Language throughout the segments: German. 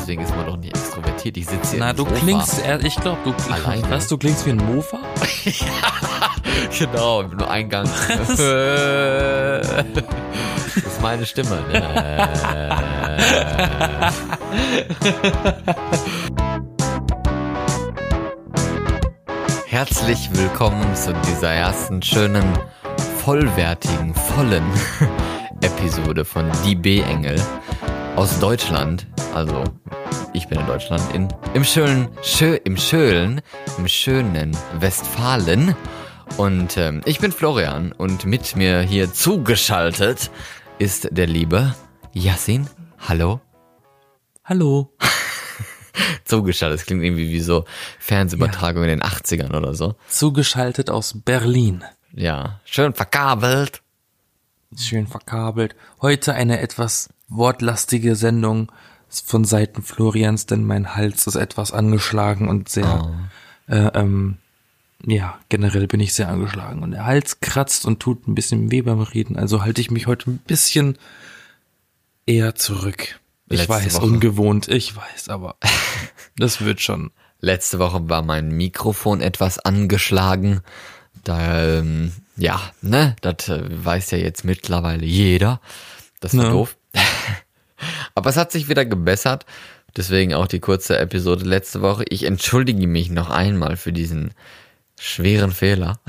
deswegen ist man doch nicht extrovertiert. Ich sitze hier. Na, du klingst, ich glaube, du klingst wie ein Mofa. Genau, nur Eingang. Das ist meine Stimme. Herzlich willkommen zu dieser ersten schönen, vollwertigen, vollen Episode von Die B-Engel aus Deutschland. Also, ich bin in Deutschland, im schönen Westfalen. Und ich bin Florian und mit mir hier zugeschaltet ist der liebe Yassin. Hallo. Hallo. Zugeschaltet, das klingt irgendwie wie so Fernsehübertragung in den 80ern oder so. Zugeschaltet aus Berlin. Ja, schön verkabelt. Schön verkabelt. Heute eine etwas wortlastige Sendung von Seiten Florians, denn mein Hals ist etwas angeschlagen und sehr, generell bin ich sehr angeschlagen. Und der Hals kratzt und tut ein bisschen weh beim Reden, also halte ich mich heute ein bisschen eher zurück. Ich weiß, ungewohnt, ich weiß, aber das wird schon. Letzte Woche war mein Mikrofon etwas angeschlagen. Da, das weiß ja jetzt mittlerweile jeder. Das war doof. Aber es hat sich wieder gebessert. Deswegen auch die kurze Episode letzte Woche. Ich entschuldige mich noch einmal für diesen schweren Fehler.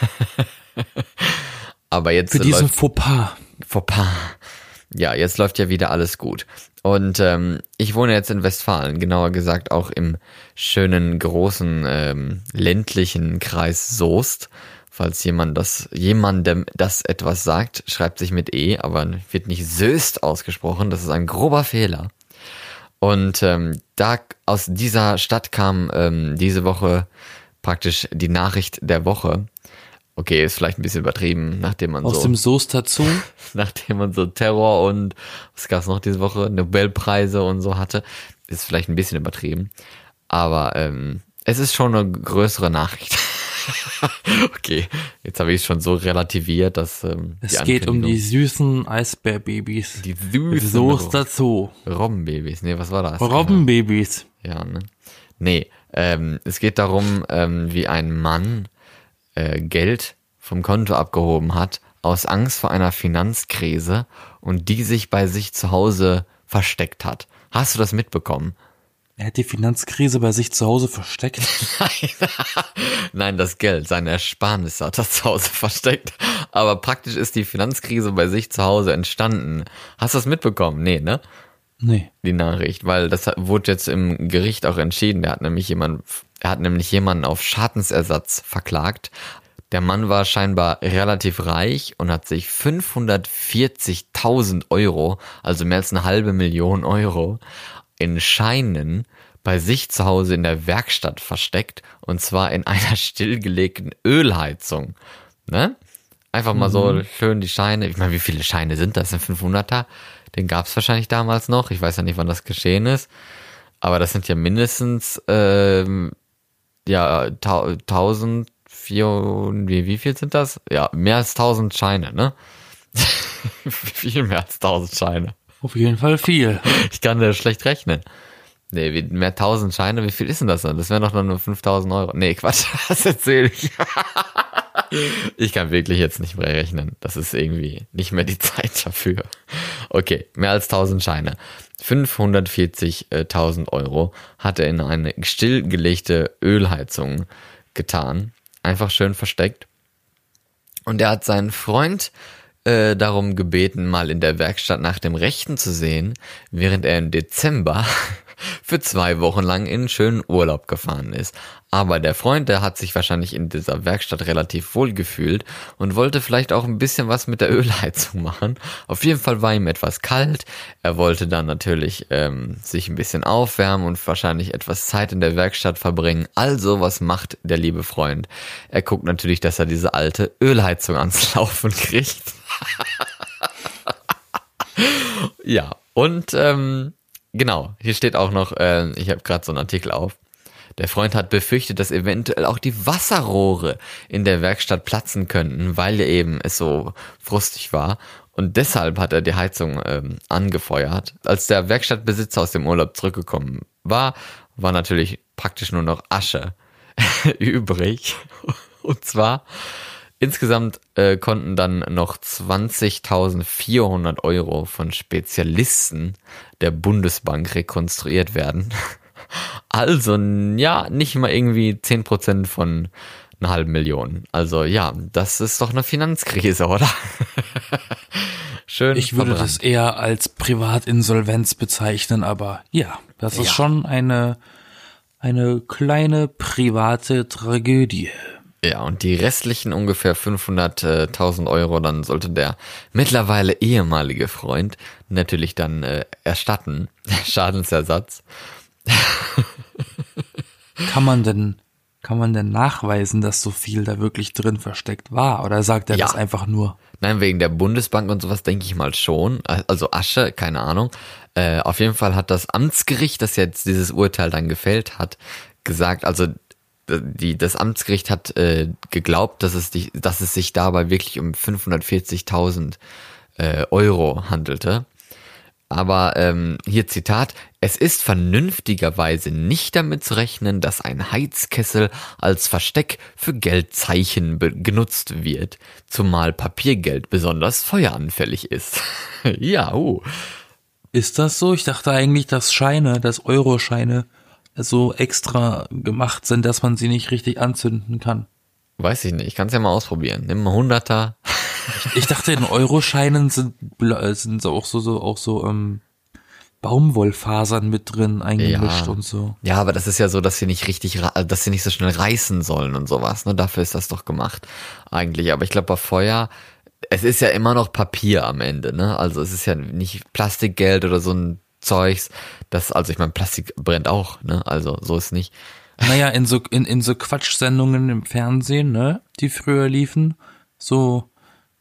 Aber jetzt für diesen Fauxpas. Ja, jetzt läuft ja wieder alles gut. Und ich wohne jetzt in Westfalen, genauer gesagt auch im schönen, großen, ländlichen Kreis Soest. Falls jemandem das etwas sagt, schreibt sich mit E, aber wird nicht Soest ausgesprochen. Das ist ein grober Fehler. Und aus dieser Stadt kam diese Woche praktisch die Nachricht der Woche. Okay, ist vielleicht ein bisschen übertrieben, nachdem man aus dem Soester Zoo, nachdem man so Terror und was gab's noch diese Woche, Nobelpreise und so hatte, ist vielleicht ein bisschen übertrieben. Aber es ist schon eine größere Nachricht. Okay, jetzt habe ich es schon so relativiert, dass es geht um die süßen Eisbärbabys. Die süßen Soester Zoo. Robbenbabys. Nee, was war das? Robbenbabys. Ja, ne? Nee, es geht darum, wie ein Mann Geld vom Konto abgehoben hat, aus Angst vor einer Finanzkrise und die sich bei sich zu Hause versteckt hat. Hast du das mitbekommen? Er hat die Finanzkrise bei sich zu Hause versteckt? Nein, das Geld, seine Ersparnisse hat er zu Hause versteckt. Aber praktisch ist die Finanzkrise bei sich zu Hause entstanden. Hast du das mitbekommen? Nee, ne? Nee. Die Nachricht, weil das wurde jetzt im Gericht auch entschieden. Er hat nämlich jemanden auf Schadensersatz verklagt. Der Mann war scheinbar relativ reich und hat sich 540.000 Euro, also mehr als 500.000 Euro, in Scheinen bei sich zu Hause in der Werkstatt versteckt, und zwar in einer stillgelegten Ölheizung. Ne? Einfach mal so schön die Scheine. Ich meine, wie viele Scheine sind das? Ein 500er? Den gab es wahrscheinlich damals noch. Ich weiß ja nicht, wann das geschehen ist. Aber das sind ja mindestens 1400, wie viel sind das? Ja, mehr als 1000 Scheine, ne? Viel mehr als 1000 Scheine. Auf jeden Fall viel. Ich kann da schlecht rechnen. Nee, mehr 1000 Scheine, wie viel ist denn das dann? Das wären doch nur 5.000 Euro. Nee, Quatsch, das erzähle ich. Ich kann wirklich jetzt nicht mehr rechnen. Das ist irgendwie nicht mehr die Zeit dafür. Okay, mehr als 1000 Scheine. 540.000 Euro hat er in eine stillgelegte Ölheizung getan. Einfach schön versteckt. Und er hat seinen Freund darum gebeten, mal in der Werkstatt nach dem Rechten zu sehen, während er im Dezember für 2 Wochen lang in schönen Urlaub gefahren ist. Aber der Freund, der hat sich wahrscheinlich in dieser Werkstatt relativ wohl gefühlt und wollte vielleicht auch ein bisschen was mit der Ölheizung machen. Auf jeden Fall war ihm etwas kalt. Er wollte dann natürlich sich ein bisschen aufwärmen und wahrscheinlich etwas Zeit in der Werkstatt verbringen. Also, was macht der liebe Freund? Er guckt natürlich, dass er diese alte Ölheizung ans Laufen kriegt. Ja, und genau, hier steht auch noch, ich habe gerade so einen Artikel auf. Der Freund hat befürchtet, dass eventuell auch die Wasserrohre in der Werkstatt platzen könnten, weil eben es so frustig war. Und deshalb hat er die Heizung angefeuert. Als der Werkstattbesitzer aus dem Urlaub zurückgekommen war, war natürlich praktisch nur noch Asche übrig. Und zwar insgesamt konnten dann noch 20.400 Euro von Spezialisten der Bundesbank rekonstruiert werden. Also, ja, nicht mal irgendwie 10% von einer halben Million. Also, ja, das ist doch eine Finanzkrise, oder? Schön. Ich würde das eher als Privatinsolvenz bezeichnen, aber ja, das ist schon eine kleine private Tragödie. Ja, und die restlichen ungefähr 500.000 Euro, dann sollte der mittlerweile ehemalige Freund natürlich dann erstatten. Schadensersatz. Kann man denn nachweisen, dass so viel da wirklich drin versteckt war? Oder sagt er das einfach nur? Nein, wegen der Bundesbank und sowas denke ich mal schon. Also Asche, keine Ahnung. Auf jeden Fall hat das Amtsgericht, das jetzt dieses Urteil dann gefällt hat, gesagt, also das Amtsgericht hat geglaubt, dass es sich dabei wirklich um 540.000 Euro handelte. Aber hier Zitat: Es ist vernünftigerweise nicht damit zu rechnen, dass ein Heizkessel als Versteck für Geldzeichen genutzt wird, zumal Papiergeld besonders feueranfällig ist. Ja, Ist das so? Ich dachte eigentlich, dass Euroscheine so extra gemacht sind, dass man sie nicht richtig anzünden kann. Weiß ich nicht, ich kann es ja mal ausprobieren. Nimm mal 100er. Ich dachte, in Euroscheinen sind auch so Baumwollfasern mit drin eingemischt und so. Ja, aber das ist ja so, dass sie nicht so schnell reißen sollen und sowas. Ne? Dafür ist das doch gemacht eigentlich. Aber ich glaube, bei Feuer, es ist ja immer noch Papier am Ende. Ne? Also es ist ja nicht Plastikgeld oder so ein Zeugs. Also ich meine, Plastik brennt auch. Ne? Also so ist nicht. Naja, in so Quatschsendungen im Fernsehen, ne, die früher liefen, so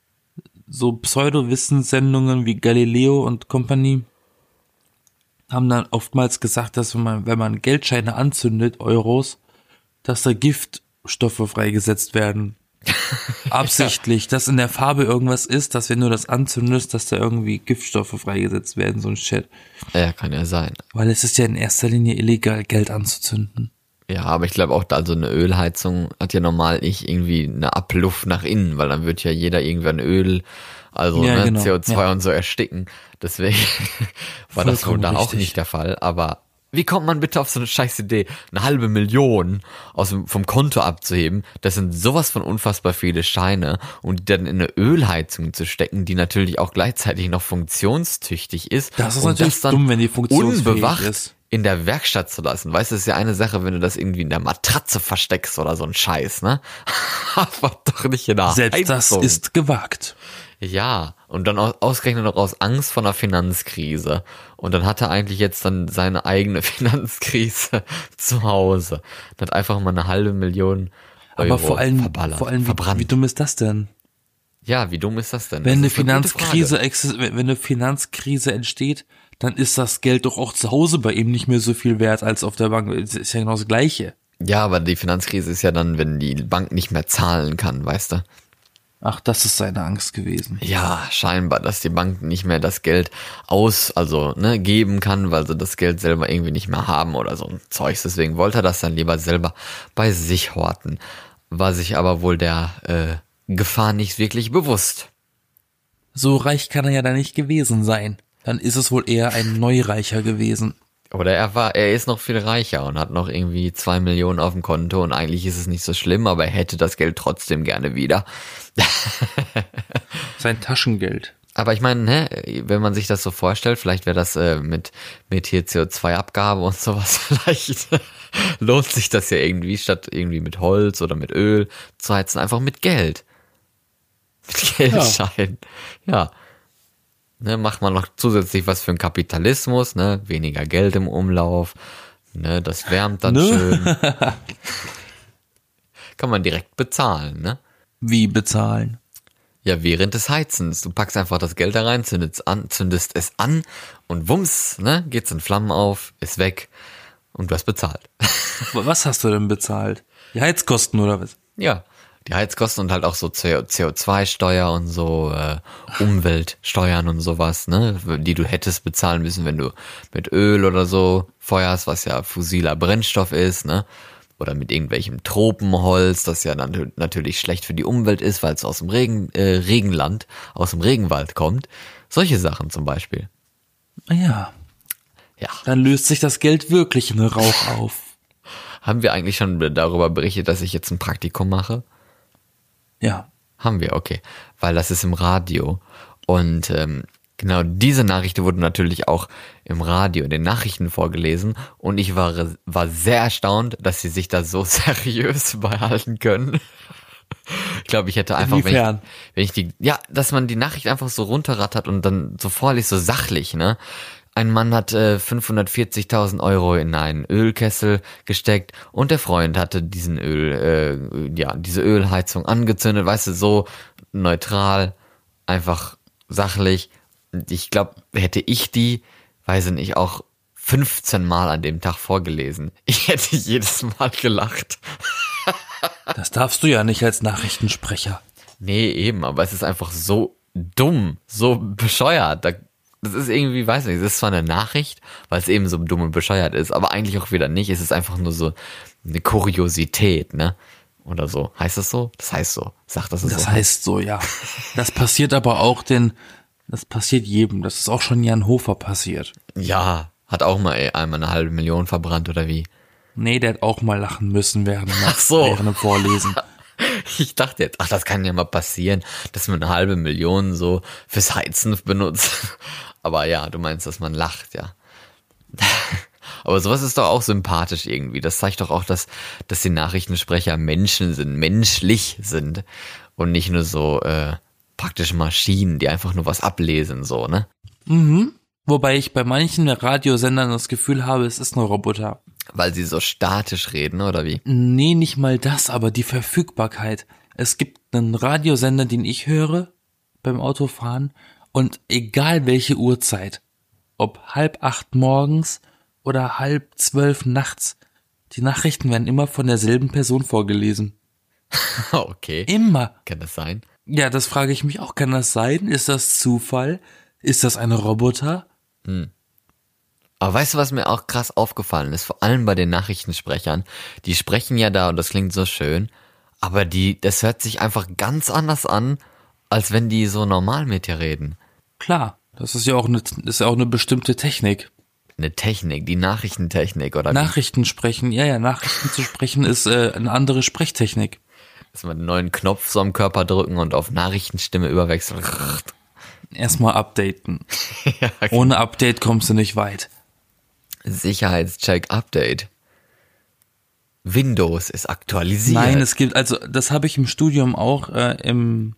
Pseudo-Wissenssendungen wie Galileo und Company haben dann oftmals gesagt, dass wenn man Geldscheine anzündet, Euros, dass da Giftstoffe freigesetzt werden. Absichtlich, dass in der Farbe irgendwas ist, dass wenn du das anzündest, dass da irgendwie Giftstoffe freigesetzt werden, so ein Shit. Ja, kann ja sein. Weil es ist ja in erster Linie illegal, Geld anzuzünden. Ja, aber ich glaube auch, also eine Ölheizung hat ja normal nicht irgendwie eine Abluft nach innen, weil dann wird ja jeder irgendwann Öl, also genau, CO2 und so ersticken. Deswegen war das wohl da auch nicht der Fall. Aber wie kommt man bitte auf so eine scheiß Idee, 500 Millionen vom Konto abzuheben? Das sind sowas von unfassbar viele Scheine und die dann in eine Ölheizung zu stecken, die natürlich auch gleichzeitig noch funktionstüchtig ist. Das ist und natürlich das dumm, wenn die funktionsfähig unbewacht ist. In der Werkstatt zu lassen. Weißt du, es ist ja eine Sache, wenn du das irgendwie in der Matratze versteckst oder so ein Scheiß, ne? Aber doch nicht in der Selbst Heizung. Das ist gewagt. Ja, und dann ausgerechnet noch aus Angst vor einer Finanzkrise. Und dann hat er eigentlich jetzt dann seine eigene Finanzkrise zu Hause. Und hat einfach mal 500 Millionen Euro Aber vor allem verbrannt. wie dumm ist das denn? Ja, wie dumm ist das denn? Wenn das wenn eine Finanzkrise entsteht, dann ist das Geld doch auch zu Hause bei ihm nicht mehr so viel wert als auf der Bank. Das ist ja genau das Gleiche. Ja, aber die Finanzkrise ist ja dann, wenn die Bank nicht mehr zahlen kann, weißt du? Ach, das ist seine Angst gewesen. Ja, scheinbar, dass die Bank nicht mehr das Geld geben kann, weil sie das Geld selber irgendwie nicht mehr haben oder so ein Zeugs. Deswegen wollte er das dann lieber selber bei sich horten. War sich aber wohl der Gefahr nicht wirklich bewusst. So reich kann er ja da nicht gewesen sein. Dann ist es wohl eher ein Neureicher gewesen. Oder er ist noch viel reicher und hat noch irgendwie 2 Millionen auf dem Konto und eigentlich ist es nicht so schlimm, aber er hätte das Geld trotzdem gerne wieder. Sein Taschengeld. Aber ich meine, wenn man sich das so vorstellt, vielleicht wäre das mit hier CO2-Abgabe und sowas, vielleicht lohnt sich das ja irgendwie, statt irgendwie mit Holz oder mit Öl zu heizen, einfach mit Geld. Mit Geldschein. Ja. Ne, macht man noch zusätzlich was für den Kapitalismus, ne, weniger Geld im Umlauf, ne, das wärmt dann schön. Kann man direkt bezahlen, ne? Wie bezahlen? Ja, während des Heizens. Du packst einfach das Geld da rein, zündest es an und wumms, ne, geht's in Flammen auf, ist weg und du hast bezahlt. Was hast du denn bezahlt? Die Heizkosten oder was? Ja, Die Heizkosten und halt auch so CO2-Steuer und so Umweltsteuern und sowas, ne, die du hättest bezahlen müssen, wenn du mit Öl oder so feuerst, was ja fossiler Brennstoff ist, ne, oder mit irgendwelchem Tropenholz, das ja dann natürlich schlecht für die Umwelt ist, weil es aus dem Regenland, aus dem Regenwald kommt. Solche Sachen zum Beispiel. Ja. Ja. Dann löst sich das Geld wirklich in Rauch auf. Haben wir eigentlich schon darüber berichtet, dass ich jetzt ein Praktikum mache? Ja. Haben wir, okay. Weil das ist im Radio. Und genau diese Nachricht wurde natürlich auch im Radio, in den Nachrichten vorgelesen. Und ich war sehr erstaunt, dass sie sich da so seriös beihalten können. Ich glaube, ich hätte einfach, dass man die Nachricht einfach so runterrattert und dann so vorliest, so sachlich, ne? Ein Mann hat 540.000 Euro in einen Ölkessel gesteckt und der Freund hatte diese Ölheizung angezündet, weißt du, so neutral, einfach sachlich. Ich glaube, hätte ich die, weiß ich nicht, auch 15 Mal an dem Tag vorgelesen. Ich hätte jedes Mal gelacht. Das darfst du ja nicht als Nachrichtensprecher. Nee, eben, aber es ist einfach so dumm, so bescheuert. Das ist irgendwie, weiß nicht, es ist zwar eine Nachricht, weil es eben so dumm und bescheuert ist, aber eigentlich auch wieder nicht. Es ist einfach nur so eine Kuriosität, ne? Oder so. Heißt das so? Das heißt so. Sag das so. Das heißt so, ja. Das passiert aber auch das passiert jedem. Das ist auch schon Jan Hofer passiert. Ja, hat auch mal einmal 500.000 verbrannt, oder wie? Nee, der hat auch mal lachen müssen während dem Vorlesen. Ich dachte jetzt, das kann ja mal passieren, dass man 500.000 so fürs Heizen benutzt. Aber ja, du meinst, dass man lacht, ja. Aber sowas ist doch auch sympathisch irgendwie. Das zeigt doch auch, dass die Nachrichtensprecher Menschen sind, menschlich sind und nicht nur so praktisch Maschinen, die einfach nur was ablesen, so, ne? Mhm. Wobei ich bei manchen Radiosendern das Gefühl habe, es ist ein Roboter. Weil sie so statisch reden, oder wie? Nee, nicht mal das, aber die Verfügbarkeit. Es gibt einen Radiosender, den ich höre beim Autofahren und egal welche Uhrzeit, ob 7:30 morgens oder 11:30 nachts, die Nachrichten werden immer von derselben Person vorgelesen. Okay. Immer. Kann das sein? Ja, das frage ich mich auch. Kann das sein? Ist das Zufall? Ist das ein Roboter? Aber weißt du, was mir auch krass aufgefallen ist? Vor allem bei den Nachrichtensprechern. Die sprechen ja da und das klingt so schön, aber das hört sich einfach ganz anders an, als wenn die so normal mit dir reden. Klar, das ist ja auch eine bestimmte Technik. Eine Technik, die Nachrichtentechnik, oder? Nachrichten sprechen, ja, Nachrichten zu sprechen ist eine andere Sprechtechnik. Dass man einen neuen Knopf so am Körper drücken und auf Nachrichtenstimme überwechseln. Erstmal updaten. Ja, okay. Ohne Update kommst du nicht weit. Sicherheitscheck Update. Windows ist aktualisiert. Nein, es gibt, also das habe ich im Studium auch in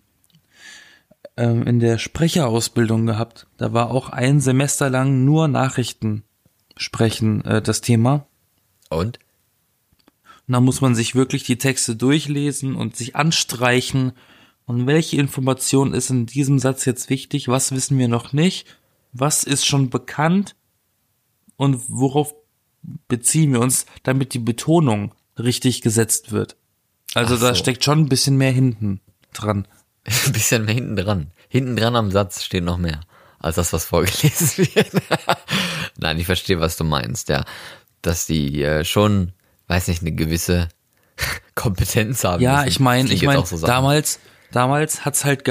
der Sprecherausbildung gehabt. Da war auch ein Semester lang nur Nachrichten sprechen das Thema. Und? Und da muss man sich wirklich die Texte durchlesen und sich anstreichen. Und welche Information ist in diesem Satz jetzt wichtig? Was wissen wir noch nicht? Was ist schon bekannt? Und worauf beziehen wir uns, damit die Betonung richtig gesetzt wird? Also da steckt schon ein bisschen mehr hinten dran. Ein bisschen mehr hinten dran. Hinten dran am Satz steht noch mehr, als das, was vorgelesen wird. Nein, ich verstehe, was du meinst, ja. Dass die schon, weiß nicht, eine gewisse Kompetenz haben. Ja, ich meine, so damals hat's halt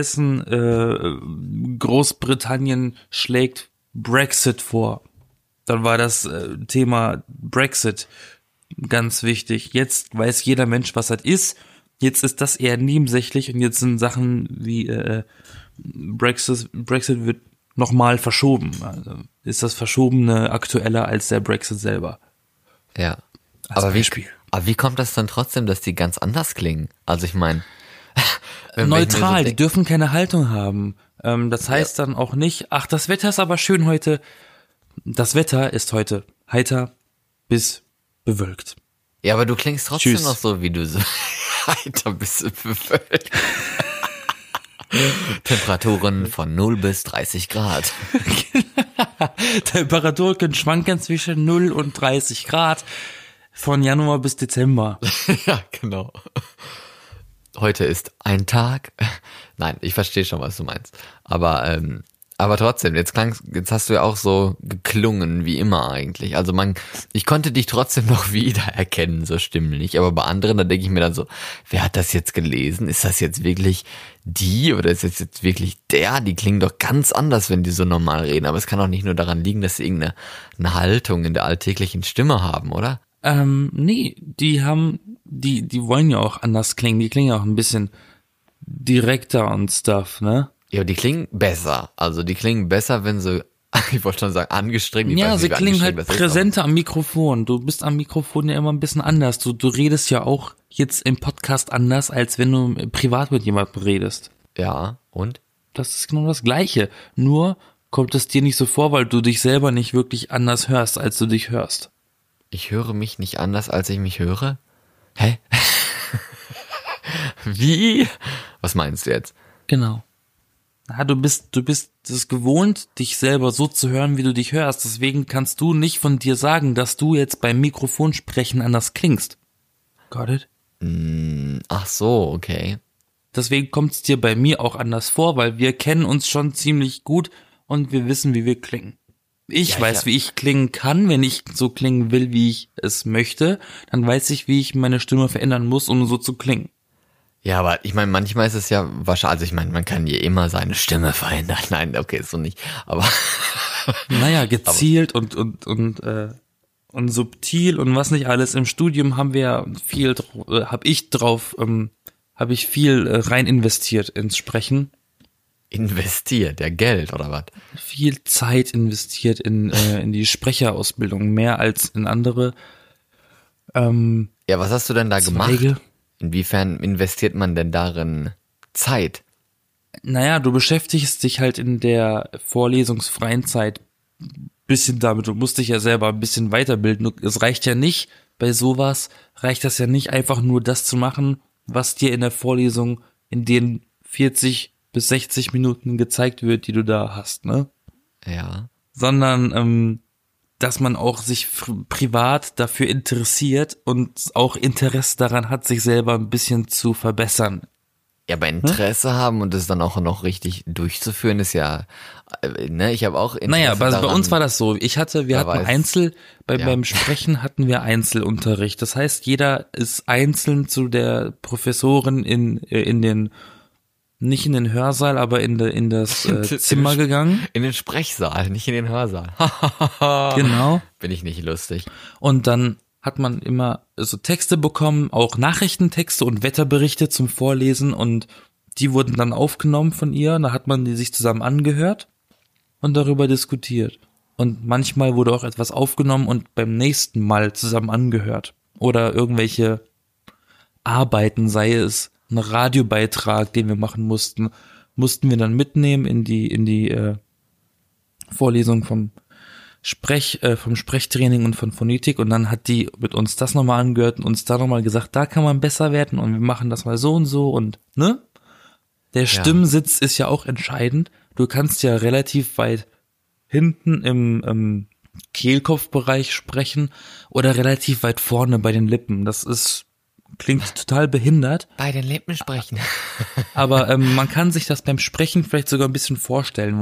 geheißen, Großbritannien schlägt Brexit vor. Dann war das Thema Brexit ganz wichtig. Jetzt weiß jeder Mensch, was das ist. Jetzt ist das eher nebensächlich und jetzt sind Sachen wie Brexit wird nochmal verschoben. Also ist das Verschobene aktueller als der Brexit selber. Ja. Aber wie kommt das dann trotzdem, dass die ganz anders klingen? Also ich meine, neutral, die dürfen keine Haltung haben. Das heißt dann auch nicht, ach, das Wetter ist aber schön heute. Das Wetter ist heute heiter bis bewölkt. Ja, aber du klingst trotzdem Tschüss. noch so, wie du so heiter bis bewölkt. Temperaturen von 0 bis 30 Grad. Temperaturen können schwanken zwischen 0 und 30 Grad von Januar bis Dezember. Ja, genau. heute ist ein Tag. Nein, ich verstehe schon, was du meinst. Aber trotzdem, jetzt hast du ja auch so geklungen wie immer eigentlich. Also ich konnte dich trotzdem noch wiedererkennen, so stimmlich. Aber bei anderen, da denke ich mir dann so, wer hat das jetzt gelesen? Ist das jetzt wirklich die oder ist das jetzt wirklich der? Die klingen doch ganz anders, wenn die so normal reden. Aber es kann auch nicht nur daran liegen, dass sie irgendeine Haltung in der alltäglichen Stimme haben, oder? Nee, die wollen ja auch anders klingen. Die klingen ja auch ein bisschen direkter und stuff, ne? Ja, die klingen besser. Also die klingen besser, wenn sie, ich wollte schon sagen, angestrengt. Ja, sie klingen halt präsenter am Mikrofon. Du bist am Mikrofon ja immer ein bisschen anders. Du redest ja auch jetzt im Podcast anders, als wenn du privat mit jemandem redest. Ja, und? Das ist genau das Gleiche. Nur kommt es dir nicht so vor, weil du dich selber nicht wirklich anders hörst, als du dich hörst. Ich höre mich nicht anders, als ich mich höre? Hä? Wie? Was meinst du jetzt? Genau. Ja, du bist es gewohnt, dich selber so zu hören, wie du dich hörst. Deswegen kannst du nicht von dir sagen, dass du jetzt beim Mikrofonsprechen anders klingst. Got it? Ach so, okay. Deswegen kommt es dir bei mir auch anders vor, weil wir kennen uns schon ziemlich gut und wir wissen, wie wir klingen. Ich weiß, wie ich klingen kann, wenn ich so klingen will, wie ich es möchte. Dann weiß ich, wie ich meine Stimme verändern muss, um so zu klingen. Ja, aber ich meine, manchmal ist es ja wahrscheinlich, also ich meine, man kann ja immer seine Stimme verändern. Nein, okay, ist so nicht, aber. Naja, gezielt und subtil und was nicht alles. Im Studium haben wir viel, habe ich viel rein investiert ins Sprechen. Investiert, ja, Geld oder was? Viel Zeit investiert in die Sprecherausbildung, mehr als in andere. Ja, was hast du denn da Zweige gemacht? Inwiefern investiert man denn darin Zeit? Naja, du beschäftigst dich halt in der vorlesungsfreien Zeit ein bisschen damit. Du musst dich ja selber ein bisschen weiterbilden. Es reicht ja nicht, bei sowas reicht das ja nicht einfach nur das zu machen, was dir in der Vorlesung in den 40 bis 60 Minuten gezeigt wird, die du da hast, ne? Ja. Sondern, dass man auch sich privat dafür interessiert und auch Interesse daran hat, sich selber ein bisschen zu verbessern. Ja, aber Interesse haben und es dann auch noch richtig durchzuführen ist ja, ne, ich habe auch Interesse Naja, daran. bei uns war das so. Beim Sprechen hatten wir Einzelunterricht. Das heißt, jeder ist einzeln zu der Professorin nicht in den Hörsaal, aber in das Zimmer gegangen. In den Sprechsaal, nicht in den Hörsaal. Genau. Bin ich nicht lustig. Und dann hat man immer so Texte bekommen, auch Nachrichtentexte und Wetterberichte zum Vorlesen und die wurden dann aufgenommen von ihr. Da hat man die sich zusammen angehört und darüber diskutiert. Und manchmal wurde auch etwas aufgenommen und beim nächsten Mal zusammen angehört. Oder irgendwelche Arbeiten, sei es ein Radiobeitrag, den wir machen mussten wir dann mitnehmen in die Vorlesung vom Sprechtraining und von Phonetik und dann hat die mit uns das nochmal angehört und uns da nochmal gesagt, da kann man besser werden und wir machen das mal so und so und, ne? Der Stimmsitz ist ja auch entscheidend. Du kannst ja relativ weit hinten im Kehlkopfbereich sprechen oder relativ weit vorne bei den Lippen. Klingt total behindert. Bei den Lippen sprechen. Aber man kann sich das beim Sprechen vielleicht sogar ein bisschen vorstellen,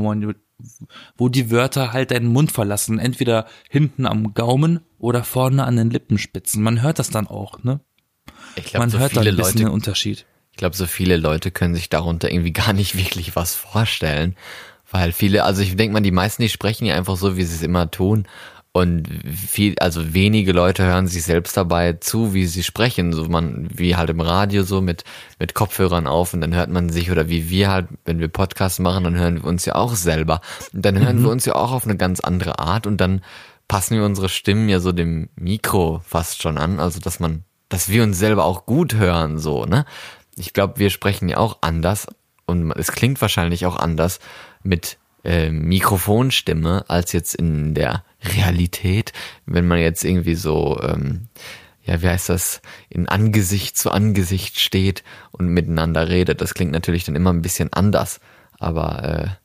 wo die Wörter halt deinen Mund verlassen. Entweder hinten am Gaumen oder vorne an den Lippenspitzen. Man hört das dann auch, ne? Ich glaub, man hört da ein bisschen einen Unterschied. Ich glaube, so viele Leute können sich darunter irgendwie gar nicht wirklich was vorstellen. Weil also ich denke mal, die meisten, die sprechen ja einfach so, wie sie es immer tun. Und wenige Leute hören sich selbst dabei zu, wie sie sprechen, so wie halt im Radio so mit Kopfhörern auf und dann hört man sich oder wie wir halt, wenn wir Podcasts machen, dann hören wir uns ja auch selber. Und dann hören wir uns ja auch auf eine ganz andere Art und dann passen wir unsere Stimmen ja so dem Mikro fast schon an, also dass wir uns selber auch gut hören, so, ne? Ich glaube, wir sprechen ja auch anders und es klingt wahrscheinlich auch anders mit Mikrofonstimme als jetzt in der Realität, wenn man jetzt irgendwie so, wie heißt das, in Angesicht zu Angesicht steht und miteinander redet. Das klingt natürlich dann immer ein bisschen anders, aber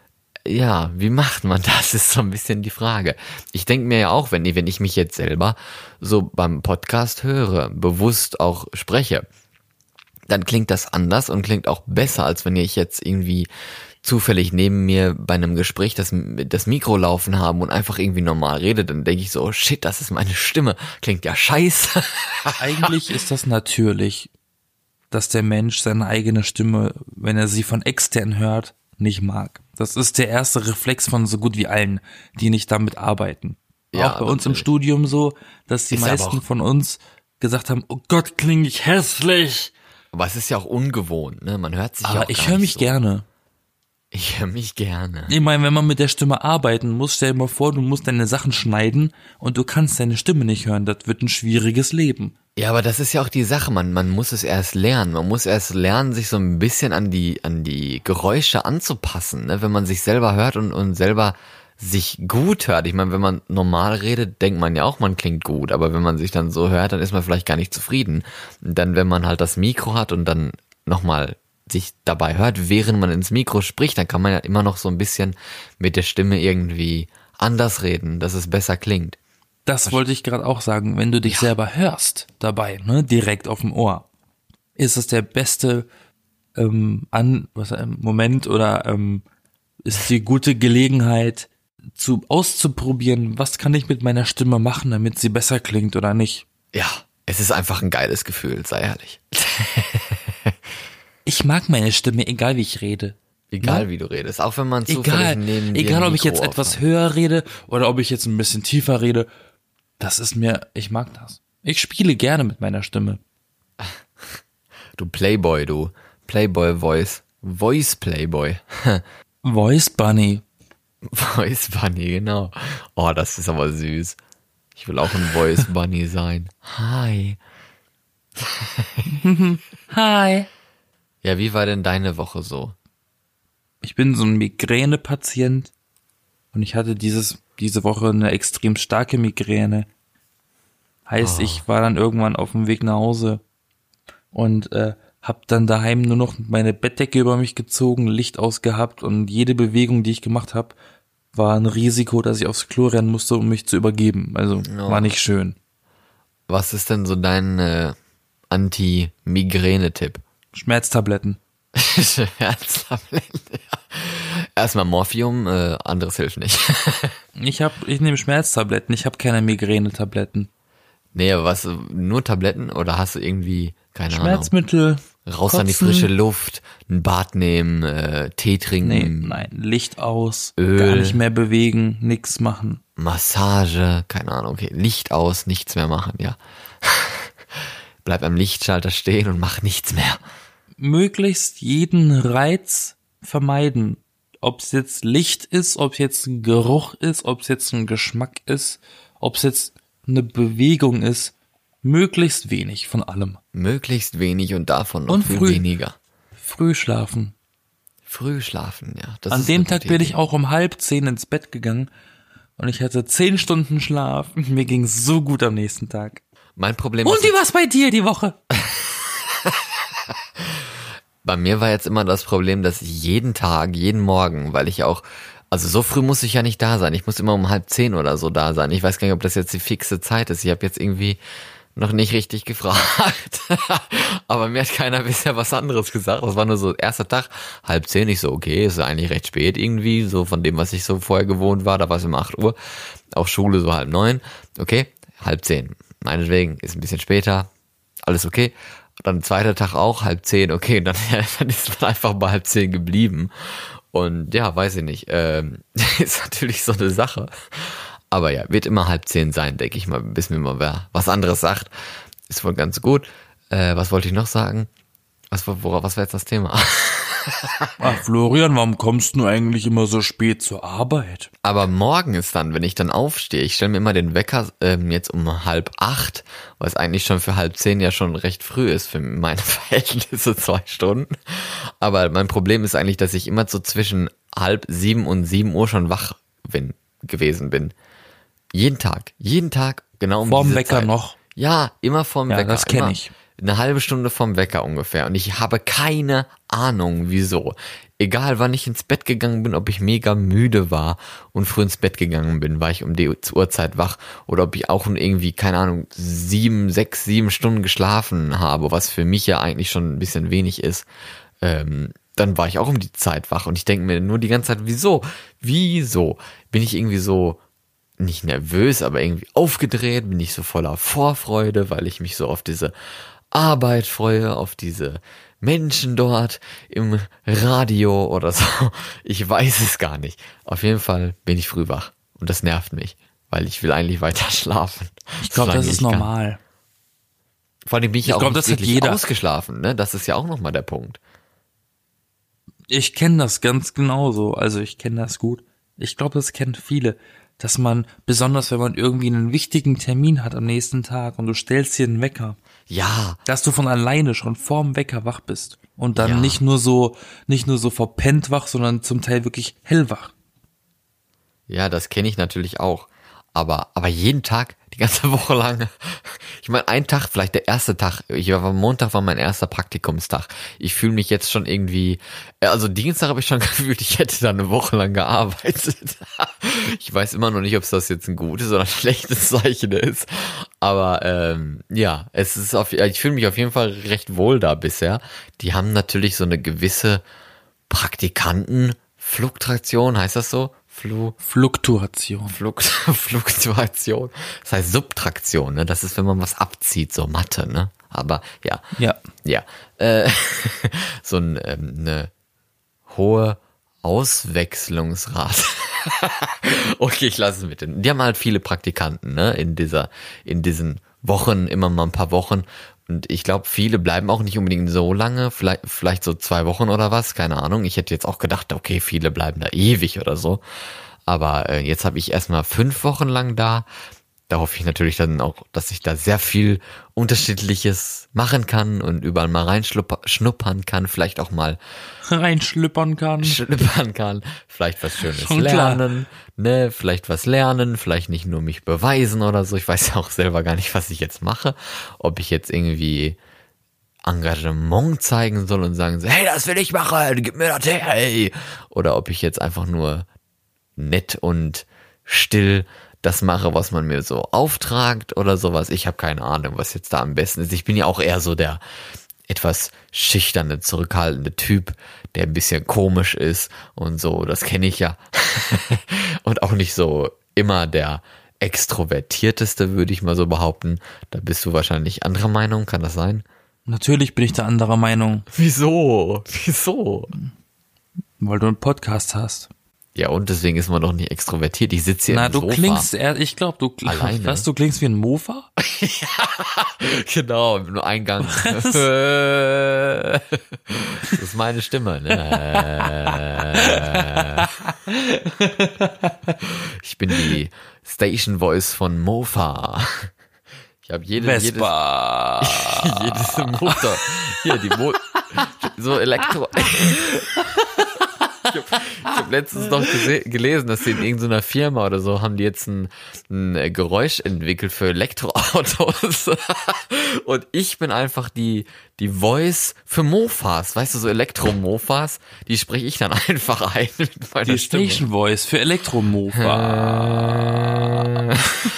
wie macht man das, ist so ein bisschen die Frage. Ich denke mir ja auch, wenn ich mich jetzt selber so beim Podcast höre, bewusst auch spreche, dann klingt das anders und klingt auch besser, als wenn ich jetzt irgendwie zufällig neben mir bei einem Gespräch das Mikro laufen habe und einfach irgendwie normal rede, dann denke ich so, oh shit, das ist meine Stimme. Klingt ja scheiße. Eigentlich ist das natürlich, dass der Mensch seine eigene Stimme, wenn er sie von extern hört, nicht mag. Das ist der erste Reflex von so gut wie allen, die nicht damit arbeiten. Ja, auch bei uns im Studium so, dass die meisten von uns gesagt haben, oh Gott, klinge ich hässlich. Aber es ist ja auch ungewohnt, ne? Man hört sich ja auch Aber ich höre mich gerne. Ich höre mich gerne. Ich meine, wenn man mit der Stimme arbeiten muss, stell dir mal vor, du musst deine Sachen schneiden und du kannst deine Stimme nicht hören. Das wird ein schwieriges Leben. Ja, aber das ist ja auch die Sache, man muss es erst lernen. Man muss erst lernen, sich so ein bisschen an die Geräusche anzupassen, ne? Wenn man sich selber hört und selber sich gut hört. Ich meine, wenn man normal redet, denkt man ja auch, man klingt gut, aber wenn man sich dann so hört, dann ist man vielleicht gar nicht zufrieden. Und dann, wenn man halt das Mikro hat und dann nochmal sich dabei hört, während man ins Mikro spricht, dann kann man ja immer noch so ein bisschen mit der Stimme irgendwie anders reden, dass es besser klingt. Das wollte ich gerade auch sagen, wenn du dich selber hörst dabei, ne, direkt auf dem Ohr, ist es der beste Moment oder ist die gute Gelegenheit auszuprobieren, was kann ich mit meiner Stimme machen, damit sie besser klingt oder nicht. Ja, es ist einfach ein geiles Gefühl, sei ehrlich. Ich mag meine Stimme, egal wie ich rede. Egal wie du redest, auch wenn man zufällig neben dir egal ob ich Mikro jetzt etwas aufhat. höher rede oder ob ich jetzt ein bisschen tiefer rede, ich mag das. Ich spiele gerne mit meiner Stimme. Du Playboy, du Playboy Voice Playboy. Voice Bunny. Voice Bunny, genau. Oh, das ist aber süß. Ich will auch ein Voice Bunny sein. Hi. Hi. Ja, wie war denn deine Woche so? Ich bin so ein Migränepatient und ich hatte diese Woche eine extrem starke Migräne. Heißt, ich war dann irgendwann auf dem Weg nach Hause und hab dann daheim nur noch meine Bettdecke über mich gezogen, Licht ausgehabt und jede Bewegung, die ich gemacht habe, war ein Risiko, dass ich aufs Klo rennen musste, um mich zu übergeben. Also war nicht schön. Was ist denn so dein Anti-Migräne-Tipp? Schmerztabletten. Schmerztabletten, ja. Erstmal Morphium, anderes hilft nicht. Ich nehme Schmerztabletten, ich habe keine Migränetabletten. Nee, aber was, nur Tabletten oder hast du irgendwie, keine Schmerzmittel, Ahnung, raus Kotzen. an die frische Luft, ein Bad nehmen, Tee trinken, Nein, Licht aus, Öl. gar nicht mehr bewegen, nix machen. Massage, keine Ahnung, okay, Licht aus, nichts mehr machen, ja. Bleib am Lichtschalter stehen und mach nichts mehr. Möglichst jeden Reiz vermeiden. Ob es jetzt Licht ist, ob es jetzt ein Geruch ist, ob es jetzt ein Geschmack ist, ob es jetzt eine Bewegung ist. Möglichst wenig von allem. Möglichst wenig und davon noch Und viel früh. weniger. Früh schlafen. Früh schlafen, ja. Das An ist dem eine Tag gute bin Idee. ich auch um 9:30 ins Bett gegangen und ich hatte 10 Stunden Schlaf. Mir ging so gut am nächsten Tag. Mein Problem Und ist, wie war's bei dir die Woche? bei mir war jetzt immer das Problem, dass ich jeden Tag, jeden Morgen, weil ich auch, also so früh muss ich ja nicht da sein. Ich muss immer um 9:30 oder so da sein. Ich weiß gar nicht, ob das jetzt die fixe Zeit ist. Ich habe jetzt irgendwie noch nicht richtig gefragt. Aber mir hat keiner bisher was anderes gesagt. Das war nur so erster Tag, 9:30. Ich so, okay, ist ja eigentlich recht spät irgendwie, so von dem, was ich so vorher gewohnt war. Da war es immer 8 Uhr. Auch Schule so 8:30. Okay, 9:30. Meinetwegen, ist ein bisschen später. Alles okay. Dann zweiter Tag auch 9:30. Okay, dann ist man einfach bei 9:30 geblieben. Und ja, weiß ich nicht. Ist natürlich so eine Sache. Aber ja, wird immer 9:30 sein, denke ich mal, bis mir mal wer was anderes sagt. Ist wohl ganz gut. Was wollte ich noch sagen? Was war jetzt das Thema? Ach, Florian, warum kommst du eigentlich immer so spät zur Arbeit? Aber morgen ist dann, wenn ich dann aufstehe, ich stelle mir immer den Wecker jetzt um 7:30, was eigentlich schon für 9:30 ja schon recht früh ist für meine Verhältnisse, 2 Stunden. Aber mein Problem ist eigentlich, dass ich immer so zwischen 6:30 und 7 Uhr schon wach gewesen bin. Jeden Tag, genau um Vorm diese Wecker Zeit. noch. Ja, immer vorm Ja, Wecker. das kenn immer, ich. eine halbe Stunde vom Wecker ungefähr. Und ich habe keine Ahnung, wieso. Egal, wann ich ins Bett gegangen bin, ob ich mega müde war und früh ins Bett gegangen bin, war ich um die Uhrzeit wach. Oder ob ich auch irgendwie, keine Ahnung, 7 Stunden geschlafen habe, was für mich ja eigentlich schon ein bisschen wenig ist. Dann war ich auch um die Zeit wach. Und ich denke mir nur die ganze Zeit, wieso? Bin ich irgendwie so nicht nervös, aber irgendwie aufgedreht, bin ich so voller Vorfreude, weil ich mich so auf diese Arbeit freue, auf diese Menschen dort im Radio oder so. Ich weiß es gar nicht. Auf jeden Fall bin ich früh wach und das nervt mich, weil ich will eigentlich weiter schlafen. Ich glaube, das ist normal. Vor allem bin ich ja auch nicht wirklich ausgeschlafen, ne? Das ist ja auch nochmal der Punkt. Ich kenne das ganz genauso, also ich kenne das gut. Ich glaube, das kennen viele, dass man, besonders wenn man irgendwie einen wichtigen Termin hat am nächsten Tag und du stellst dir einen Wecker. Ja. Dass du von alleine schon vorm Wecker wach bist und dann nicht nur so verpennt wach, sondern zum Teil wirklich hellwach. Ja, das kenne ich natürlich auch. Aber jeden Tag, die ganze Woche lang. Ich meine, ein Tag, vielleicht der erste Tag. Montag war mein erster Praktikumstag. Ich fühle mich jetzt schon irgendwie, also Dienstag habe ich schon gefühlt, ich hätte da eine Woche lang gearbeitet. Ich weiß immer noch nicht, ob es das jetzt ein gutes oder ein schlechtes Zeichen ist. Aber ja, ich fühle mich auf jeden Fall recht wohl da bisher. Die haben natürlich so eine gewisse Praktikantenfluktuation, heißt das so? Fluktuation. Fluktuation. Das heißt Subtraktion, ne? Das ist, wenn man was abzieht, so Mathe, ne? Aber ja. Ja. So eine hohe Auswechslungsrate. Okay, ich lasse es mit. Die haben halt viele Praktikanten, ne? In diesen Wochen, immer mal ein paar Wochen. Und ich glaube, viele bleiben auch nicht unbedingt so lange, vielleicht so 2 Wochen oder was, keine Ahnung. Ich hätte jetzt auch gedacht, okay, viele bleiben da ewig oder so. Aber jetzt habe ich erstmal 5 Wochen lang da. Da hoffe ich natürlich dann auch, dass ich da sehr viel Unterschiedliches machen kann und überall mal reinschnuppern kann, vielleicht auch mal reinschlüppern kann. Vielleicht was Schönes lernen, ne, vielleicht was lernen, vielleicht nicht nur mich beweisen oder so. Ich weiß ja auch selber gar nicht, was ich jetzt mache. Ob ich jetzt irgendwie Engagement zeigen soll und sagen so, hey, das will ich machen, gib mir das her, hey. Oder ob ich jetzt einfach nur nett und still das mache, was man mir so auftragt oder sowas. Ich habe keine Ahnung, was jetzt da am besten ist. Ich bin ja auch eher so der etwas schüchterne, zurückhaltende Typ, der ein bisschen komisch ist und so. Das kenne ich ja. Und auch nicht so immer der extrovertierteste, würde ich mal so behaupten. Da bist du wahrscheinlich anderer Meinung, kann das sein? Natürlich bin ich da anderer Meinung. Wieso? Weil du einen Podcast hast. Ja, und deswegen ist man doch nicht extrovertiert. Ich sitze hier im Sofa. Ich glaube, du alleine. Du klingst wie ein Mofa? Ja, genau, nur ein Gang. Das ist meine Stimme. Ne? Ich bin die Station Voice von Mofa. Ich habe jedes Motor. Hier, so Elektro. Ich hab letztens noch gelesen, dass sie in irgendeiner Firma oder so haben die jetzt ein Geräusch entwickelt für Elektroautos. Und ich bin einfach die Voice für Mofas, weißt du, so Elektromofas, die spreche ich dann einfach ein mit meiner Die Stimme. Station Voice für Elektromofa.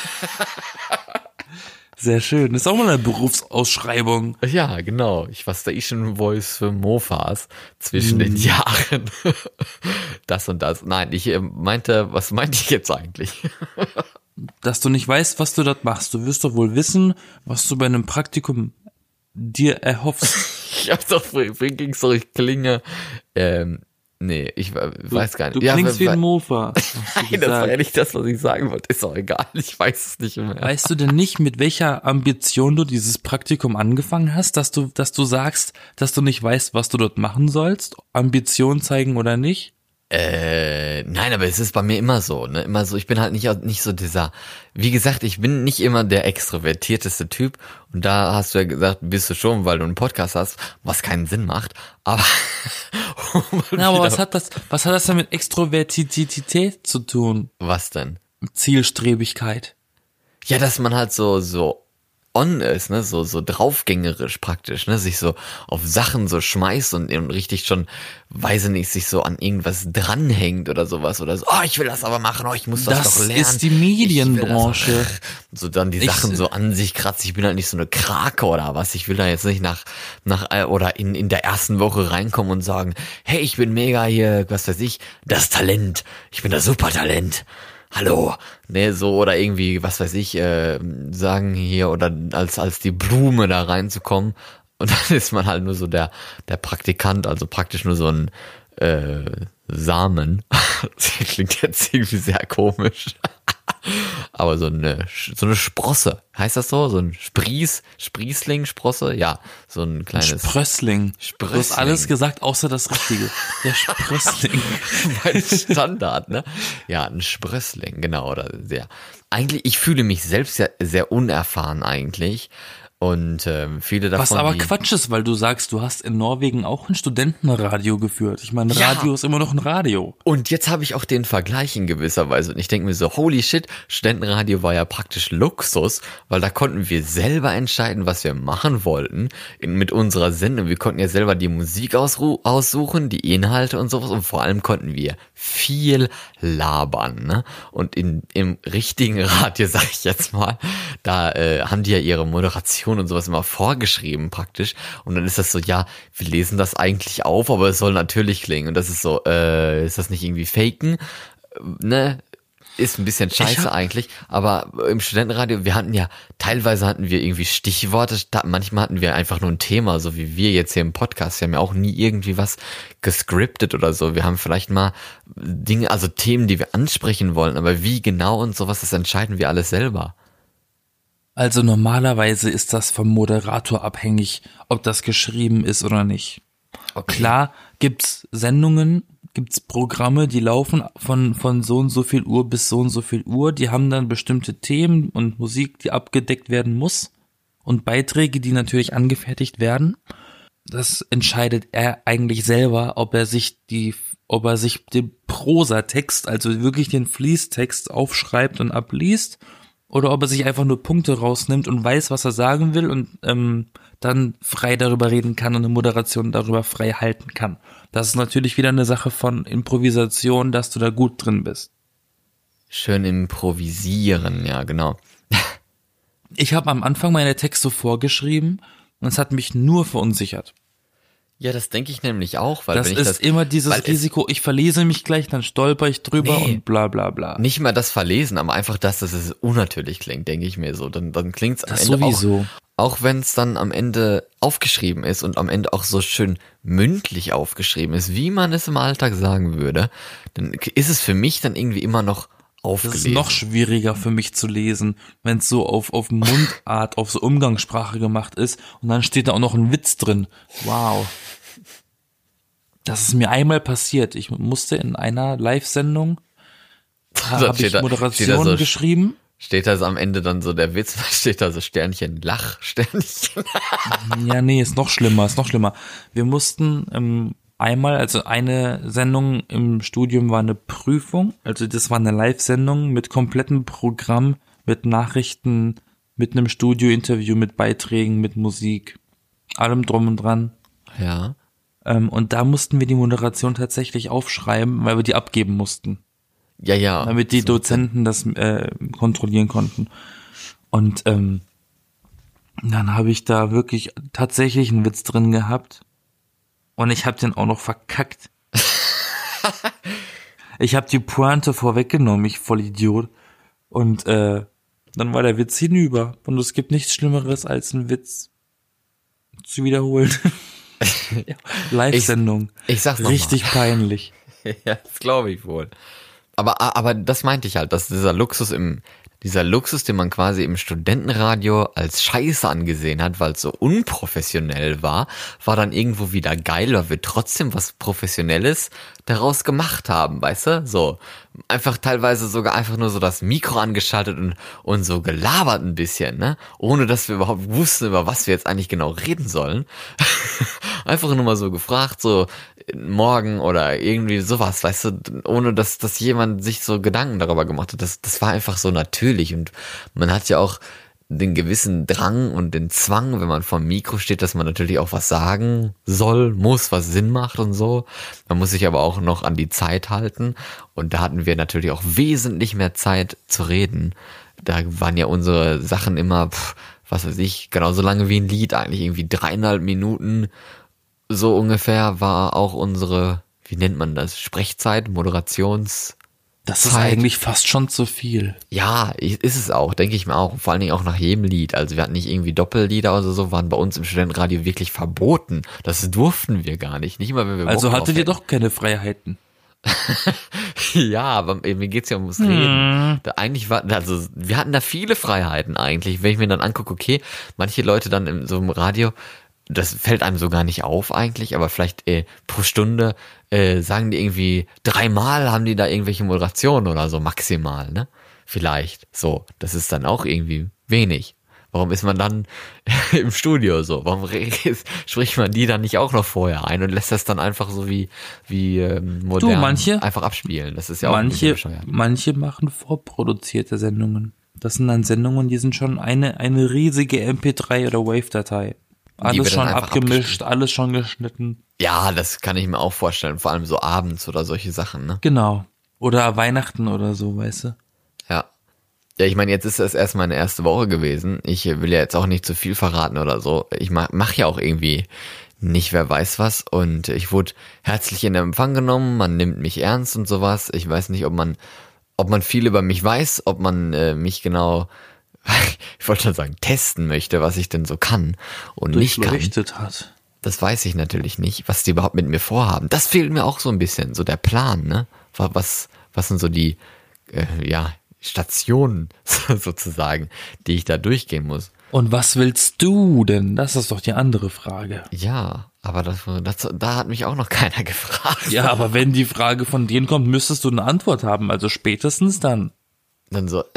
Sehr schön. Das ist auch mal eine Berufsausschreibung. Ja, genau. Ich war Station Voice für Mofas zwischen den Jahren. Das und das. Nein, was meinte ich jetzt eigentlich? Dass du nicht weißt, was du dort machst. Du wirst doch wohl wissen, was du bei einem Praktikum dir erhoffst. Ich hab's doch vorhin ging's so, ich klinge, nee, ich weiß gar nicht. Du klingst wie ein Mofa. Nein, das war ja nicht das, was ich sagen wollte. Ist doch egal, ich weiß es nicht mehr. Weißt du denn nicht, mit welcher Ambition du dieses Praktikum angefangen hast, dass du sagst, dass du nicht weißt, was du dort machen sollst? Ambition zeigen oder nicht? Nein, aber es ist bei mir immer so, ne? Immer so, ich bin halt nicht so dieser, wie gesagt, ich bin nicht immer der extrovertierteste Typ und da hast du ja gesagt, bist du schon, weil du einen Podcast hast, was keinen Sinn macht, aber ja, aber was hat das denn mit Extrovertität zu tun? Was denn? Zielstrebigkeit. Ja, dass man halt so on ist, ne, so draufgängerisch praktisch, ne, sich so auf Sachen so schmeißt und richtig schon, weiß ich nicht, sich so an irgendwas dranhängt oder sowas oder so, oh, ich will das aber machen, oh, ich muss das doch lernen. Das ist die Medienbranche. So dann die Sachen so an sich kratzen, ich bin halt nicht so eine Krake oder was, ich will da jetzt nicht nach oder in der ersten Woche reinkommen und sagen, hey, ich bin mega hier, was weiß ich, das Talent, ich bin das Supertalent. Hallo, ne, so oder irgendwie, was weiß ich, sagen hier oder als die Blume da reinzukommen und dann ist man halt nur so der Praktikant, also praktisch nur so ein Samen. Das klingt jetzt irgendwie sehr komisch. Aber so eine Sprosse, heißt das so? So ein Sprießling, Sprosse? Ja, so ein kleines... Sprössling. Du hast alles gesagt, außer das Richtige. Der Sprössling. Mein Standard, ne? Ja, ein Sprössling, genau. Oder sehr. Eigentlich, ich fühle mich selbst ja sehr unerfahren eigentlich. Und viele davon. Was aber Quatsch ist, weil du sagst, du hast in Norwegen auch ein Studentenradio geführt. Ich meine, Radio ist immer noch ein Radio. Und jetzt habe ich auch den Vergleich in gewisser Weise. Und ich denke mir so, holy shit, Studentenradio war ja praktisch Luxus, weil da konnten wir selber entscheiden, was wir machen wollten mit unserer Sendung. Wir konnten ja selber die Musik aussuchen, die Inhalte und sowas. Und vor allem konnten wir viel labern. Ne? Und im richtigen Radio, sag ich jetzt mal, da haben die ja ihre Moderation und sowas immer vorgeschrieben praktisch und dann ist das so, ja, wir lesen das eigentlich auf, aber es soll natürlich klingen und das ist so, ist das nicht irgendwie faken? Ne? Ist ein bisschen scheiße eigentlich, aber im Studentenradio, teilweise hatten wir irgendwie Stichworte, manchmal hatten wir einfach nur ein Thema, so wie wir jetzt hier im Podcast, wir haben ja auch nie irgendwie was gescriptet oder so, wir haben vielleicht mal Dinge, also Themen, die wir ansprechen wollen, aber wie genau und sowas, das entscheiden wir alles selber. Also normalerweise ist das vom Moderator abhängig, ob das geschrieben ist oder nicht. Okay. Klar gibt's Sendungen, gibt's Programme, die laufen von so und so viel Uhr bis so und so viel Uhr. Die haben dann bestimmte Themen und Musik, die abgedeckt werden muss und Beiträge, die natürlich angefertigt werden. Das entscheidet er eigentlich selber, ob er sich den Prosatext, also wirklich den Fließtext aufschreibt und abliest. Oder ob er sich einfach nur Punkte rausnimmt und weiß, was er sagen will und dann frei darüber reden kann und eine Moderation darüber frei halten kann. Das ist natürlich wieder eine Sache von Improvisation, dass du da gut drin bist. Schön improvisieren, ja, genau. Ich habe am Anfang meine Texte vorgeschrieben und es hat mich nur verunsichert. Ja, das denke ich nämlich auch, weil das ist immer dieses Risiko, ich verlese mich gleich, dann stolper ich drüber und bla bla bla. Nicht mal das Verlesen, aber einfach dass es unnatürlich klingt, denke ich mir so. Dann klingt's am das Ende sowieso. Auch wenn es dann am Ende aufgeschrieben ist und am Ende auch so schön mündlich aufgeschrieben ist, wie man es im Alltag sagen würde, dann ist es für mich dann irgendwie immer noch aufgelesen. Das ist noch schwieriger für mich zu lesen, wenn es so auf Mundart, auf so Umgangssprache gemacht ist und dann steht da auch noch ein Witz drin. Wow. Das ist mir einmal passiert. Ich musste in einer Live-Sendung, habe ich Moderation geschrieben. Steht da so am Ende dann so der Witz, steht da so Sternchen, Lachsternchen. Ja, nee, ist noch schlimmer. Wir mussten einmal, also eine Sendung im Studium war eine Prüfung, also das war eine Live-Sendung mit komplettem Programm, mit Nachrichten, mit einem Studio-Interview, mit Beiträgen, mit Musik, allem drum und dran. Ja. Und da mussten wir die Moderation tatsächlich aufschreiben, weil wir die abgeben mussten. Ja. Damit die Dozenten das kontrollieren konnten. Und dann habe ich da wirklich tatsächlich einen Witz drin gehabt. Und ich habe den auch noch verkackt. Ich habe die Pointe vorweggenommen, ich Vollidiot. Und dann war der Witz hinüber. Und es gibt nichts Schlimmeres, als einen Witz zu wiederholen. Live-Sendung. Ich sag's noch richtig mal. Peinlich. Ja, das glaube ich wohl. Aber das meinte ich halt, dass dieser Luxus, den man quasi im Studentenradio als Scheiße angesehen hat, weil es so unprofessionell war dann irgendwo wieder geil, weil wir trotzdem was Professionelles daraus gemacht haben, weißt du? So, einfach teilweise sogar einfach nur so das Mikro angeschaltet und so gelabert ein bisschen, ne? Ohne dass wir überhaupt wussten, über was wir jetzt eigentlich genau reden sollen. Einfach nur mal so gefragt, so morgen oder irgendwie sowas, weißt du, ohne dass jemand sich so Gedanken darüber gemacht hat. Das war einfach so natürlich und man hat ja auch den gewissen Drang und den Zwang, wenn man vor dem Mikro steht, dass man natürlich auch was sagen soll, muss, was Sinn macht und so. Man muss sich aber auch noch an die Zeit halten. Und da hatten wir natürlich auch wesentlich mehr Zeit zu reden. Da waren ja unsere Sachen immer, was weiß ich, genauso lange wie ein Lied, eigentlich irgendwie 3,5 Minuten. So ungefähr war auch unsere, wie nennt man das, Sprechzeit, Das ist eigentlich fast schon zu viel. Ja, ist es auch, denke ich mir auch. Vor allen Dingen auch nach jedem Lied. Also wir hatten nicht irgendwie Doppellieder oder so, waren bei uns im Studentenradio wirklich verboten. Das durften wir gar nicht. Nicht mal, wenn wir Also hattet ihr doch keine Freiheiten. Ja, aber mir geht's ja ums Reden. Wir hatten da viele Freiheiten eigentlich. Wenn ich mir dann angucke, okay, manche Leute dann in so einem Radio, das fällt einem so gar nicht auf eigentlich, aber vielleicht pro Stunde sagen die irgendwie 3-mal haben die da irgendwelche Moderationen oder so maximal, ne? Vielleicht. So, das ist dann auch irgendwie wenig. Warum ist man dann im Studio so? Warum spricht man die dann nicht auch noch vorher ein und lässt das dann einfach so wie modern einfach abspielen? Das ist ja auch ein bisschen bescheuert. Manche machen vorproduzierte Sendungen. Das sind dann Sendungen, die sind schon eine riesige MP3 oder Wave-Datei. Alles schon abgemischt, alles schon geschnitten. Ja, das kann ich mir auch vorstellen. Vor allem so abends oder solche Sachen, ne? Genau. Oder Weihnachten oder so, weißt du? Ja. Ja, ich meine, jetzt ist das erst meine erste Woche gewesen. Ich will ja jetzt auch nicht zu viel verraten oder so. Ich mach ja auch irgendwie nicht wer weiß was. Und ich wurde herzlich in Empfang genommen. Man nimmt mich ernst und sowas. Ich weiß nicht, ob man viel über mich weiß, ob man mich genau... Ich wollte schon sagen, testen möchte, was ich denn so kann und nicht kann. Hat. Das weiß ich natürlich nicht, was die überhaupt mit mir vorhaben. Das fehlt mir auch so ein bisschen, so der Plan, ne? Was sind so die, Stationen sozusagen, die ich da durchgehen muss. Und was willst du denn? Das ist doch die andere Frage. Ja, aber da hat mich auch noch keiner gefragt. Ja, aber wenn die Frage von denen kommt, müsstest du eine Antwort haben, also spätestens dann. Dann so,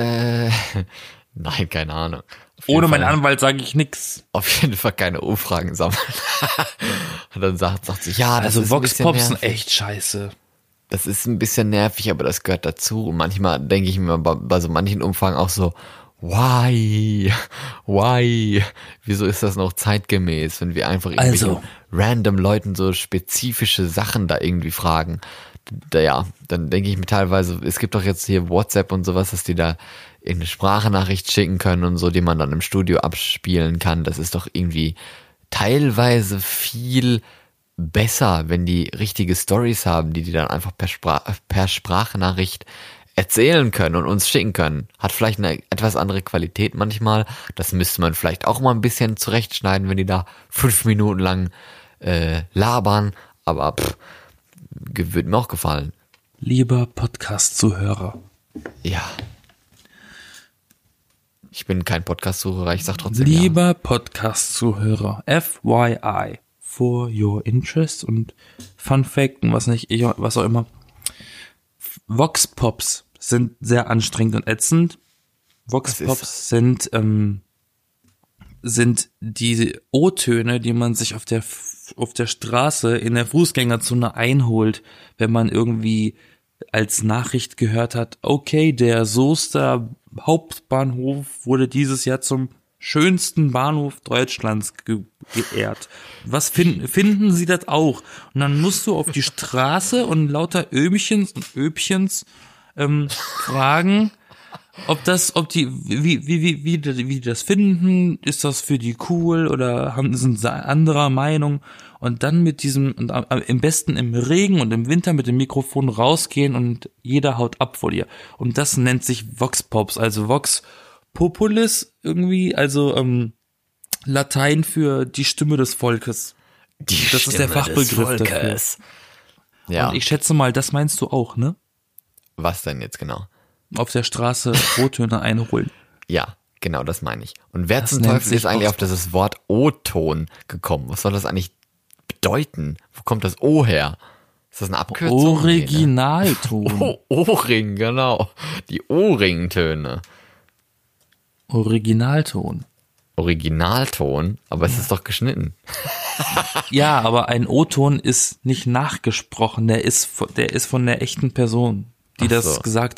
nein, keine Ahnung. Ohne meinen Anwalt sage ich nix. Auf jeden Fall keine Umfragen sammeln. Und dann sagt sie, ja, das also ist Vox Pops sind echt scheiße. Das ist ein bisschen nervig, aber das gehört dazu. Und manchmal denke ich mir bei so manchen Umfragen auch so, why? Wieso ist das noch zeitgemäß, wenn wir einfach irgendwelche random Leuten so spezifische Sachen da irgendwie fragen? Dann denke ich mir teilweise, es gibt doch jetzt hier WhatsApp und sowas, dass die da irgendeine Sprachnachricht schicken können und so, die man dann im Studio abspielen kann. Das ist doch irgendwie teilweise viel besser, wenn die richtige Stories haben, die dann einfach per Sprachnachricht erzählen können und uns schicken können. Hat vielleicht eine etwas andere Qualität manchmal. Das müsste man vielleicht auch mal ein bisschen zurechtschneiden, wenn die da 5 Minuten lang labern. Aber würde mir auch gefallen. Lieber Podcast-Zuhörer. Ja. Ich bin kein Podcast-Zuhörer, ich sag trotzdem Lieber Podcast-Zuhörer, FYI, for your interest und Fun Fact und was auch immer. Vox Pops sind sehr anstrengend und ätzend. Vox Pops sind die O-Töne, die man sich auf der Straße in der Fußgängerzone einholt, wenn man irgendwie als Nachricht gehört hat, okay, der Soester Hauptbahnhof wurde dieses Jahr zum schönsten Bahnhof Deutschlands geehrt. Was finden Sie das auch? Und dann musst du auf die Straße und lauter Öbchens und Öbchens fragen, wie die das finden, ist das für die cool oder sind sie anderer Meinung und dann mit diesem, im besten im Regen und im Winter mit dem Mikrofon rausgehen und jeder haut ab vor dir. Und das nennt sich Vox Pops, also Vox Populis irgendwie, also Latein für die Stimme des Volkes. Das ist der Fachbegriff dafür. Ja. Und ich schätze mal, das meinst du auch, ne? Was denn jetzt genau? Auf der Straße O-Töne einholen. Ja, genau, das meine ich. Und wer zum Teufel ist eigentlich auf dieses Wort O-Ton gekommen? Was soll das eigentlich bedeuten? Wo kommt das O her? Ist das eine Abkürzung? Originalton. O-Ring, genau. Die O-Ring-Töne. Originalton, aber es ist doch geschnitten. Ja, aber ein O-Ton ist nicht nachgesprochen, der ist von der echten Person, die das gesagt hat.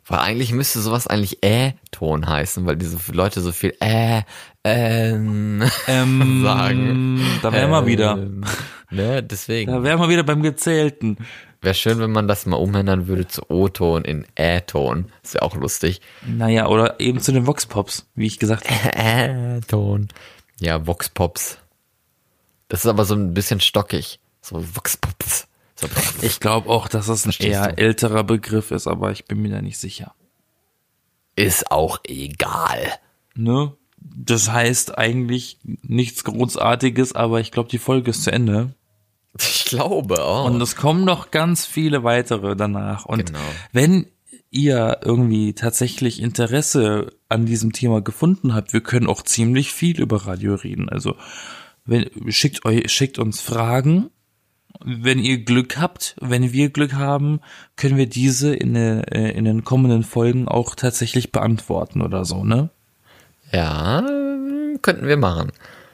Weil eigentlich müsste sowas eigentlich Ton heißen, weil diese Leute so viel sagen. Da wären wir wieder. Ne, deswegen. Da wären wir wieder beim Gezählten. Wäre schön, wenn man das mal umändern würde zu O-Ton in Ton. Ist ja auch lustig. Naja, oder eben zu den Vox-Pops, wie ich gesagt habe. Ton. Ja, Vox-Pops. Das ist aber so ein bisschen stockig. So Vox-Pops. So. Ich glaube auch, dass es ein eher älterer Begriff ist, aber ich bin mir da nicht sicher. Ist auch egal. Ne? Das heißt eigentlich nichts Großartiges, aber ich glaube, die Folge ist zu Ende. Ich glaube auch. Und es kommen noch ganz viele weitere danach. Und wenn ihr irgendwie tatsächlich Interesse an diesem Thema gefunden habt, wir können auch ziemlich viel über Radio reden. Also schickt uns Fragen. Wenn ihr Glück habt, wenn wir Glück haben, können wir diese in den kommenden Folgen auch tatsächlich beantworten oder so, ne? Ja, könnten wir machen.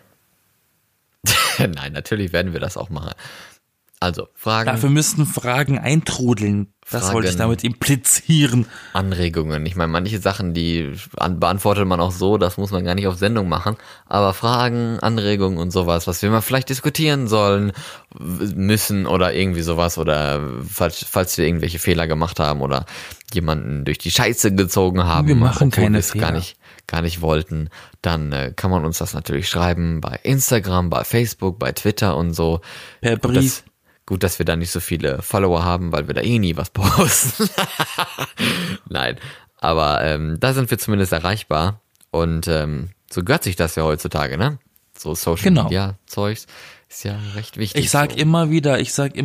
Nein, natürlich werden wir das auch machen. Also, Fragen. Dafür müssten Fragen eintrudeln. Das wollte ich damit implizieren. Anregungen. Ich meine, manche Sachen, die beantwortet man auch so, das muss man gar nicht auf Sendung machen. Aber Fragen, Anregungen und sowas, was wir mal vielleicht diskutieren sollen, müssen oder irgendwie sowas. Oder falls wir irgendwelche Fehler gemacht haben oder jemanden durch die Scheiße gezogen haben. Wir machen keine Fehler. Gar nicht wollten, dann kann man uns das natürlich schreiben bei Instagram, bei Facebook, bei Twitter und so. Per Brief. Gut, dass wir da nicht so viele Follower haben, weil wir da nie was posten. Nein, aber da sind wir zumindest erreichbar und so gehört sich das ja heutzutage, ne? So Social Media Zeugs ist ja recht wichtig. Ich sag immer wieder,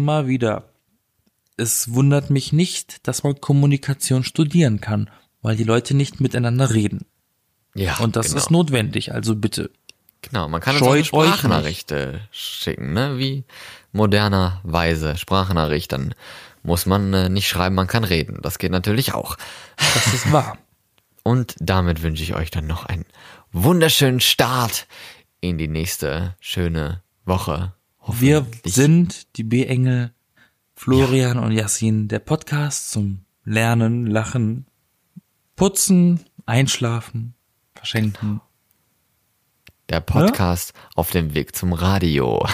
es wundert mich nicht, dass man Kommunikation studieren kann, weil die Leute nicht miteinander reden. Ja, und das ist notwendig, also bitte. Genau, man kann uns auch Sprachnachrichten schicken, ne? Wie modernerweise Sprachnachricht, dann muss man nicht schreiben, man kann reden. Das geht natürlich auch. Das ist wahr. Und damit wünsche ich euch dann noch einen wunderschönen Start in die nächste schöne Woche. Wir sind die B-Engel, Florian und Yassin, der Podcast zum Lernen, Lachen, Putzen, Einschlafen, Verschenken. Der Podcast auf dem Weg zum Radio.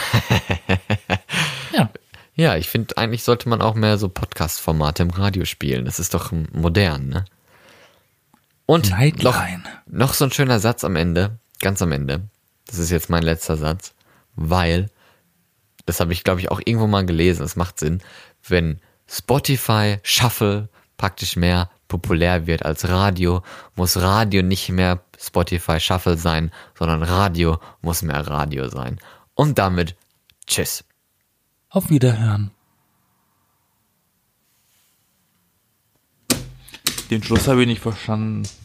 Ja, ich finde, eigentlich sollte man auch mehr so Podcast-Formate im Radio spielen. Das ist doch modern, ne? Und noch so ein schöner Satz am Ende, ganz am Ende. Das ist jetzt mein letzter Satz, weil, das habe ich, glaube ich, auch irgendwo mal gelesen, es macht Sinn, wenn Spotify Shuffle praktisch mehr populär wird als Radio, muss Radio nicht mehr Spotify Shuffle sein, sondern Radio muss mehr Radio sein. Und damit tschüss. Auf Wiederhören. Den Schluss habe ich nicht verstanden.